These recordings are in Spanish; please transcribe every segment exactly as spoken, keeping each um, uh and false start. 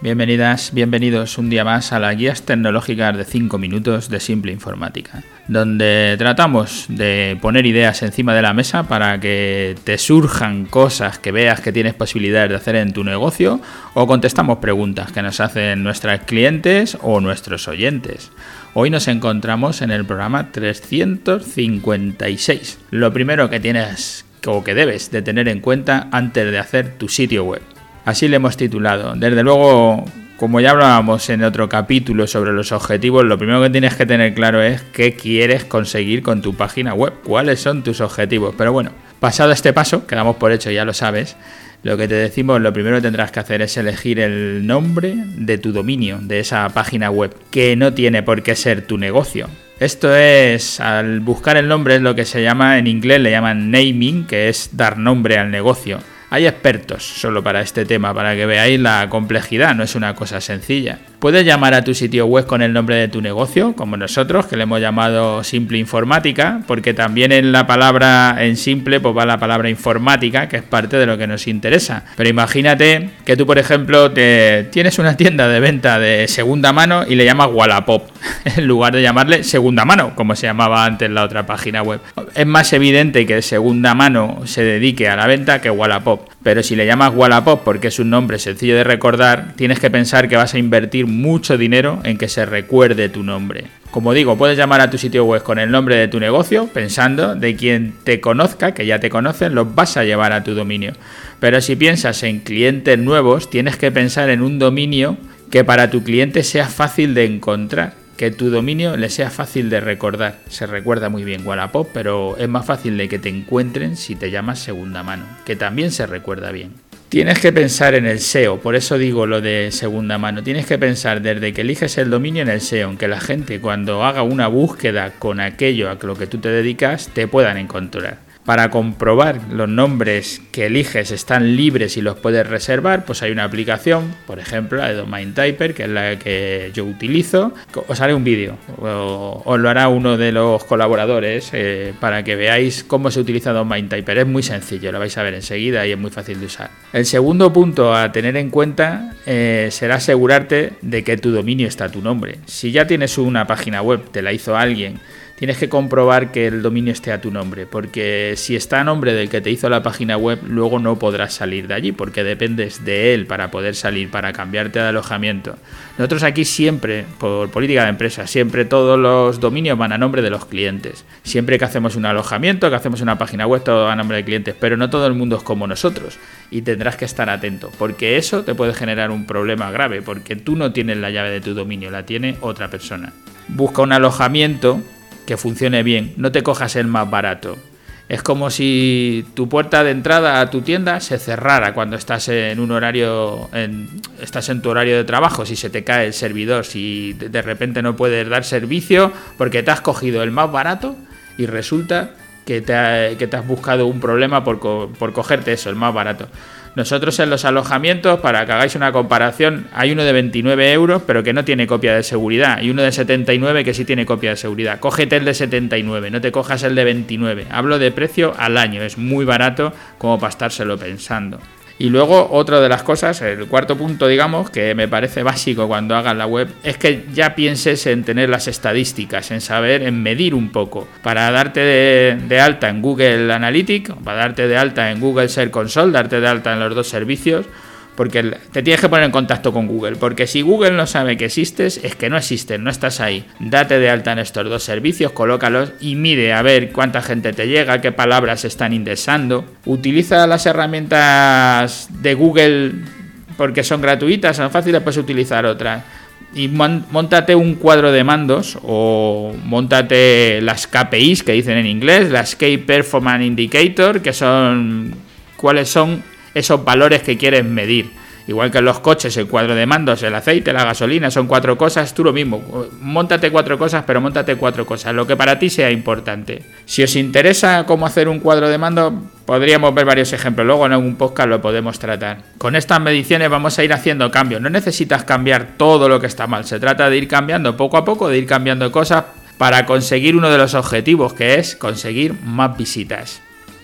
Bienvenidas, bienvenidos un día más a las guías tecnológicas de cinco minutos de Simple Informática, donde tratamos de poner ideas encima de la mesa para que te surjan cosas que veas que tienes posibilidades de hacer en tu negocio, o contestamos preguntas que nos hacen nuestros clientes o nuestros oyentes. Hoy nos encontramos en el programa trescientos cincuenta y seis. Lo primero que tienes o que debes de tener en cuenta antes de hacer tu sitio web. Así le hemos titulado. Desde luego, como ya hablábamos en otro capítulo sobre los objetivos, lo primero que tienes que tener claro es qué quieres conseguir con tu página web, cuáles son tus objetivos. Pero bueno, pasado este paso, que damos por hecho, ya lo sabes, lo que te decimos, lo primero que tendrás que hacer es elegir el nombre de tu dominio, de esa página web, que no tiene por qué ser tu negocio. Esto es, al buscar el nombre, es lo que se llama, en inglés le llaman naming, que es dar nombre al negocio. Hay expertos solo para este tema, para que veáis la complejidad, no es una cosa sencilla. Puedes llamar a tu sitio web con el nombre de tu negocio, como nosotros, que le hemos llamado Simple Informática, porque también en la palabra en simple pues va la palabra informática, que es parte de lo que nos interesa. Pero imagínate que tú, por ejemplo, te tienes una tienda de venta de segunda mano y le llamas Wallapop, en lugar de llamarle segunda mano, como se llamaba antes la otra página web. Es más evidente que segunda mano se dedique a la venta que Wallapop. Pero si le llamas Wallapop porque es un nombre sencillo de recordar, tienes que pensar que vas a invertir mucho dinero en que se recuerde tu nombre. Como digo, puedes llamar a tu sitio web con el nombre de tu negocio, pensando de quien te conozca, que ya te conocen, los vas a llevar a tu dominio. Pero si piensas en clientes nuevos, tienes que pensar en un dominio que para tu cliente sea fácil de encontrar. Que tu dominio le sea fácil de recordar. Se recuerda muy bien Wallapop, pero es más fácil de que te encuentren si te llamas segunda mano, que también se recuerda bien. Tienes que pensar en el S E O, por eso digo lo de segunda mano. Tienes que pensar desde que eliges el dominio en el S E O, en que la gente cuando haga una búsqueda con aquello a lo que tú te dedicas, te puedan encontrar. Para comprobar los nombres que eliges están libres y los puedes reservar, pues hay una aplicación, por ejemplo la de DomainTyper, que es la que yo utilizo. Os haré un vídeo, o os lo hará uno de los colaboradores eh, para que veáis cómo se utiliza DomainTyper. Es muy sencillo, lo vais a ver enseguida y es muy fácil de usar. El segundo punto a tener en cuenta eh, será asegurarte de que tu dominio está a tu nombre. Si ya tienes una página web, te la hizo alguien, tienes que comprobar que el dominio esté a tu nombre, porque si está a nombre del que te hizo la página web, luego no podrás salir de allí, porque dependes de él para poder salir, para cambiarte de alojamiento. Nosotros aquí siempre, por política de empresa, siempre todos los dominios van a nombre de los clientes. Siempre que hacemos un alojamiento, que hacemos una página web, todo va a nombre de clientes, pero no todo el mundo es como nosotros, y tendrás que estar atento, porque eso te puede generar un problema grave, porque tú no tienes la llave de tu dominio, la tiene otra persona. Busca un alojamiento que funcione bien, no te cojas el más barato. Es como si tu puerta de entrada a tu tienda se cerrara cuando estás en un horario, en, estás en tu horario de trabajo, si se te cae el servidor, si de repente no puedes dar servicio porque te has cogido el más barato y resulta que te, ha, que te has buscado un problema por, co, por cogerte eso, el más barato. Nosotros en los alojamientos, para que hagáis una comparación, hay uno de veintinueve euros, pero que no tiene copia de seguridad, y uno de setenta y nueve que sí tiene copia de seguridad. Cógete el de setenta y nueve, no te cojas el de veintinueve. Hablo de precio al año, es muy barato como para estárselo pensando. Y luego, otra de las cosas, el cuarto punto, digamos, que me parece básico cuando hagas la web, es que ya pienses en tener las estadísticas, en saber, en medir un poco. Para darte de, de alta en Google Analytics, para darte de alta en Google Search Console, darte de alta en los dos servicios, porque te tienes que poner en contacto con Google, porque si Google no sabe que existes, es que no existes, no estás ahí. Date de alta en estos dos servicios, colócalos y mire a ver cuánta gente te llega, qué palabras están indexando. Utiliza las herramientas de Google porque son gratuitas, son fáciles, puedes utilizar otras. Y móntate un cuadro de mandos o móntate las K P Is que dicen en inglés, las Key Performance Indicator, que son cuáles son esos valores que quieres medir. Igual que en los coches, el cuadro de mandos, el aceite, la gasolina, son cuatro cosas, tú lo mismo. Móntate cuatro cosas, pero móntate cuatro cosas, lo que para ti sea importante. Si os interesa cómo hacer un cuadro de mando, podríamos ver varios ejemplos, luego en algún podcast lo podemos tratar. Con estas mediciones vamos a ir haciendo cambios, no necesitas cambiar todo lo que está mal, se trata de ir cambiando poco a poco, de ir cambiando cosas para conseguir uno de los objetivos, que es conseguir más visitas.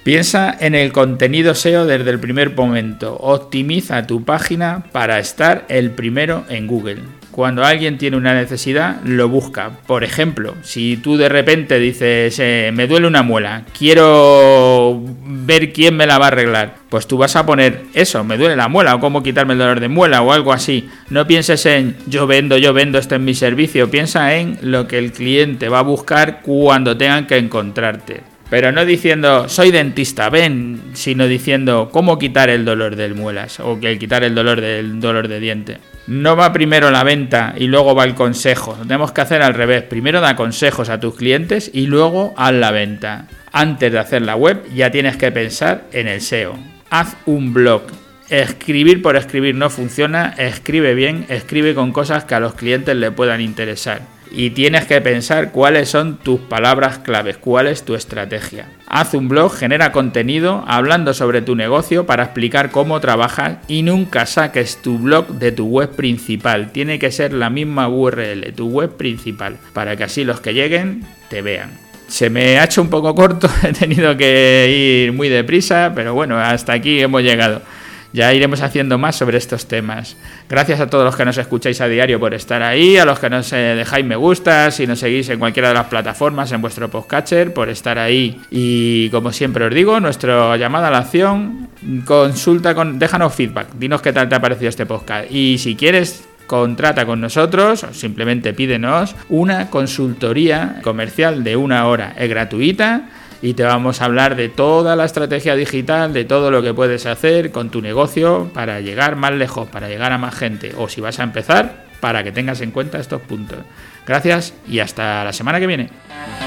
Piensa en el contenido S E O desde el primer momento. Optimiza tu página para estar el primero en Google. Cuando alguien tiene una necesidad, lo busca. Por ejemplo, si tú de repente dices, eh, me duele una muela, quiero ver quién me la va a arreglar, pues tú vas a poner eso, me duele la muela, o cómo quitarme el dolor de muela, o algo así. No pienses en yo vendo, yo vendo, esto es mi servicio. Piensa en lo que el cliente va a buscar cuando tengan que encontrarte. Pero no diciendo, soy dentista, ven, sino diciendo, cómo quitar el dolor de muelas, o que quitar el dolor del dolor de diente. No va primero la venta y luego va el consejo. Lo tenemos que hacer al revés. Primero da consejos a tus clientes y luego haz la venta. Antes de hacer la web ya tienes que pensar en el S E O. Haz un blog. Escribir por escribir no funciona. Escribe bien, escribe con cosas que a los clientes le puedan interesar. Y tienes que pensar cuáles son tus palabras claves, cuál es tu estrategia. Haz un blog, genera contenido hablando sobre tu negocio para explicar cómo trabajas y nunca saques tu blog de tu web principal. Tiene que ser la misma U R L, tu web principal, para que así los que lleguen te vean. Se me ha hecho un poco corto, he tenido que ir muy deprisa, pero bueno, hasta aquí hemos llegado. Ya iremos haciendo más sobre estos temas. Gracias a todos los que nos escucháis a diario por estar ahí, a los que nos eh, dejáis me gusta, si nos seguís en cualquiera de las plataformas, en vuestro podcatcher, por estar ahí. Y como siempre os digo, nuestra llamada a la acción, consulta con, déjanos feedback, dinos qué tal te ha parecido este podcast. Y si quieres, contrata con nosotros o simplemente pídenos una consultoría comercial de una hora. Es gratuita. Y te vamos a hablar de toda la estrategia digital, de todo lo que puedes hacer con tu negocio para llegar más lejos, para llegar a más gente, o si vas a empezar, para que tengas en cuenta estos puntos. Gracias y hasta la semana que viene.